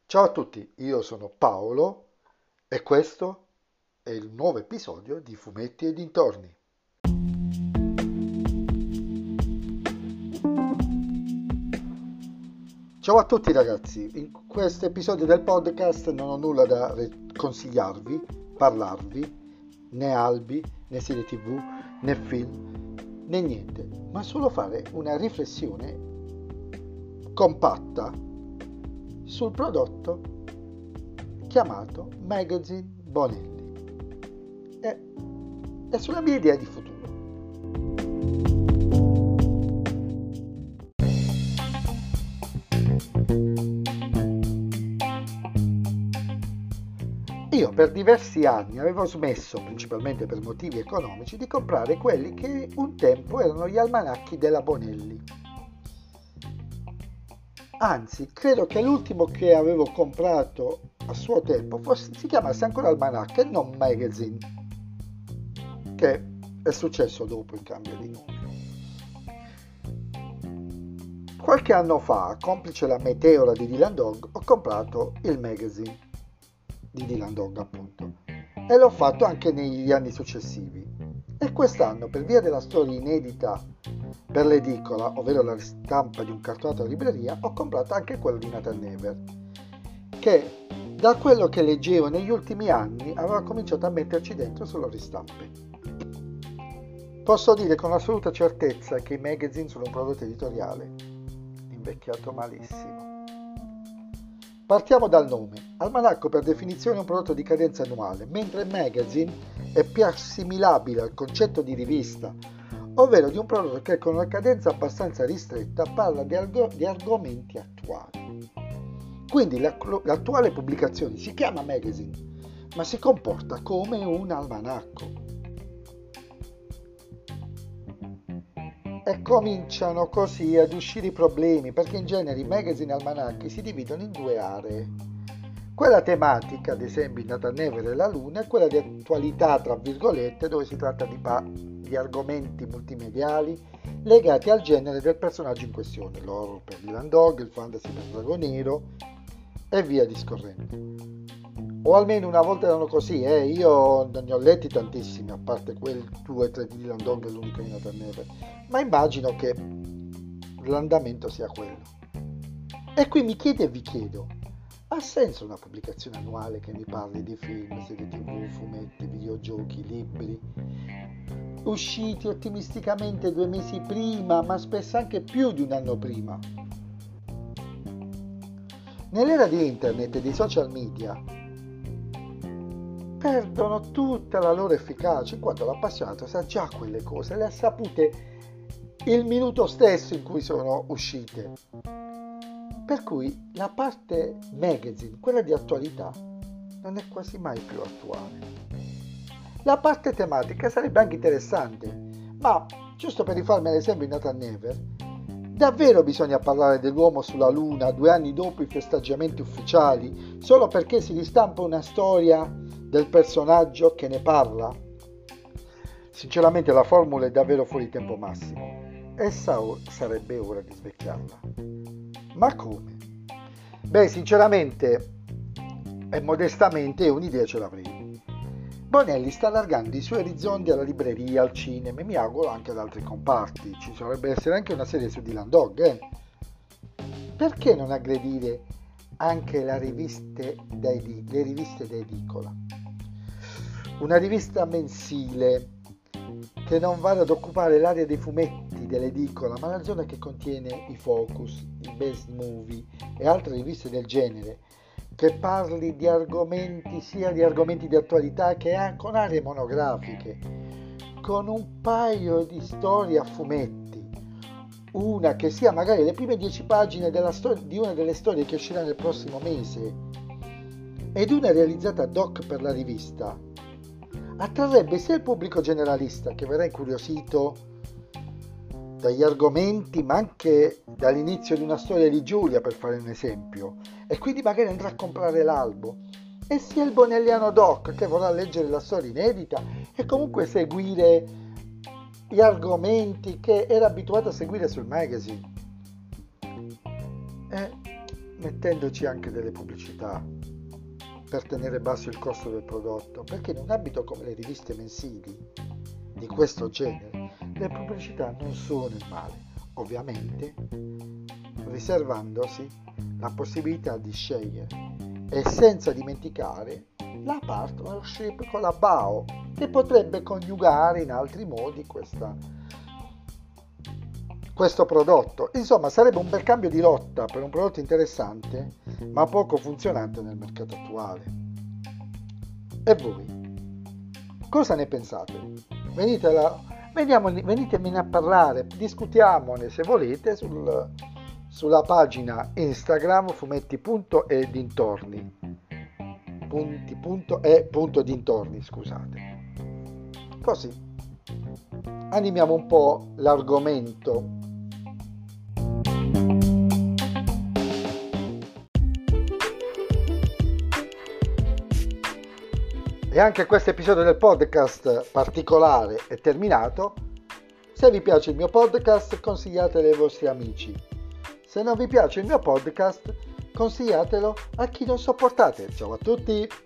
Ciao a tutti, io sono Paolo e questo è il nuovo episodio di Fumetti e dintorni. Ciao a tutti ragazzi, in questo episodio del podcast non ho nulla da consigliarvi, parlarvi, né albi, né serie tv, né film, né niente, ma solo fare una riflessione compatta sul prodotto chiamato Magazine Bonelli e sulla mia idea di futuro. Io per diversi anni avevo smesso, principalmente per motivi economici, di comprare quelli che un tempo erano gli almanacchi della Bonelli. Anzi, credo che l'ultimo che avevo comprato a suo tempo si chiamasse ancora almanacco e non magazine, che è successo dopo il cambio di nome. Qualche anno fa, complice la meteora di Dylan Dog, ho comprato il magazine di Dylan Dog, appunto, e l'ho fatto anche negli anni successivi. E quest'anno, per via della storia inedita per l'edicola, ovvero la ristampa di un cartonato a libreria, ho comprato anche quello di Nathan Never, che da quello che leggevo negli ultimi anni aveva cominciato a metterci dentro solo ristampe. Posso dire con assoluta certezza che i magazine sono un prodotto editoriale invecchiato malissimo. Partiamo dal nome. Almanacco per definizione è un prodotto di cadenza annuale, mentre magazine è più assimilabile al concetto di rivista, ovvero di un prodotto che con una cadenza abbastanza ristretta parla di argomenti attuali. Quindi l'attuale pubblicazione si chiama magazine, ma si comporta come un almanacco. E cominciano così ad uscire i problemi, perché in genere i magazine e almanacchi si dividono in due aree. Quella tematica, ad esempio in Nathan Never e la Luna, e quella di attualità, tra virgolette, dove si tratta di argomenti multimediali legati al genere del personaggio in questione, l'horror per Dylan Dog, il fantasy per Drago Nero e via discorrendo. O almeno una volta erano così, io non ne ho letti tantissimi, a parte quel 2 o 3 di Dylan Dog e l'unico di Nathan Never, ma immagino che l'andamento sia quello. E qui mi chiedo e vi chiedo, ha senso una pubblicazione annuale che mi parli di film, serie tv, fumetti, videogiochi, libri, usciti ottimisticamente 2 mesi prima, ma spesso anche più di un anno prima? Nell'era di internet e dei social media perdono tutta la loro efficacia, in quanto l'appassionato sa già quelle cose, le ha sapute il minuto stesso in cui sono uscite. Per cui la parte magazine, quella di attualità, non è quasi mai più attuale. La parte tematica sarebbe anche interessante, ma giusto per rifarmi l'esempio di Nathan Never, davvero bisogna parlare dell'uomo sulla Luna 2 anni dopo i festeggiamenti ufficiali, solo perché si ristampa una storia del personaggio che ne parla? Sinceramente la formula è davvero fuori tempo massimo e sarebbe ora di svecchiarla. Ma come? Beh, sinceramente e modestamente un'idea ce l'avrei. Bonelli sta allargando i suoi orizzonti alla libreria, al cinema e mi auguro anche ad altri comparti. Ci dovrebbe essere anche una serie su Dylan Dog, Perché non aggredire anche le riviste da edicola? Una rivista mensile che non vada ad occupare l'area dei fumetti dell'edicola, ma la zona che contiene i Focus, i Best Movie e altre riviste del genere, che parli di argomenti, sia di argomenti di attualità che con aree monografiche, con un paio di storie a fumetti, una che sia magari le prime 10 pagine di una delle storie che uscirà nel prossimo mese, ed una realizzata ad hoc per la rivista, attrarrebbe sia il pubblico generalista che verrà incuriosito dagli argomenti, ma anche dall'inizio di una storia di Giulia, per fare un esempio, e quindi magari andrà a comprare l'albo, e sia il bonelliano doc che vorrà leggere la storia inedita e comunque seguire gli argomenti che era abituato a seguire sul magazine. mettendoci anche delle pubblicità per tenere basso il costo del prodotto, perché in un ambito come le riviste mensili di questo genere le pubblicità non sono il male, ovviamente riservandosi la possibilità di scegliere e senza dimenticare la partnership con la BAO, che potrebbe coniugare in altri modi questo prodotto. Insomma, sarebbe un bel cambio di rotta per un prodotto interessante ma poco funzionante nel mercato attuale. E voi cosa ne pensate? Venitemi a parlare, discutiamone se volete sulla pagina Instagram fumetti.e dintorni, scusate. Così animiamo un po' l'argomento. E anche questo episodio del podcast particolare è terminato. Se vi piace il mio podcast, consigliatelo ai vostri amici. Se non vi piace il mio podcast, consigliatelo a chi non sopportate. Ciao a tutti!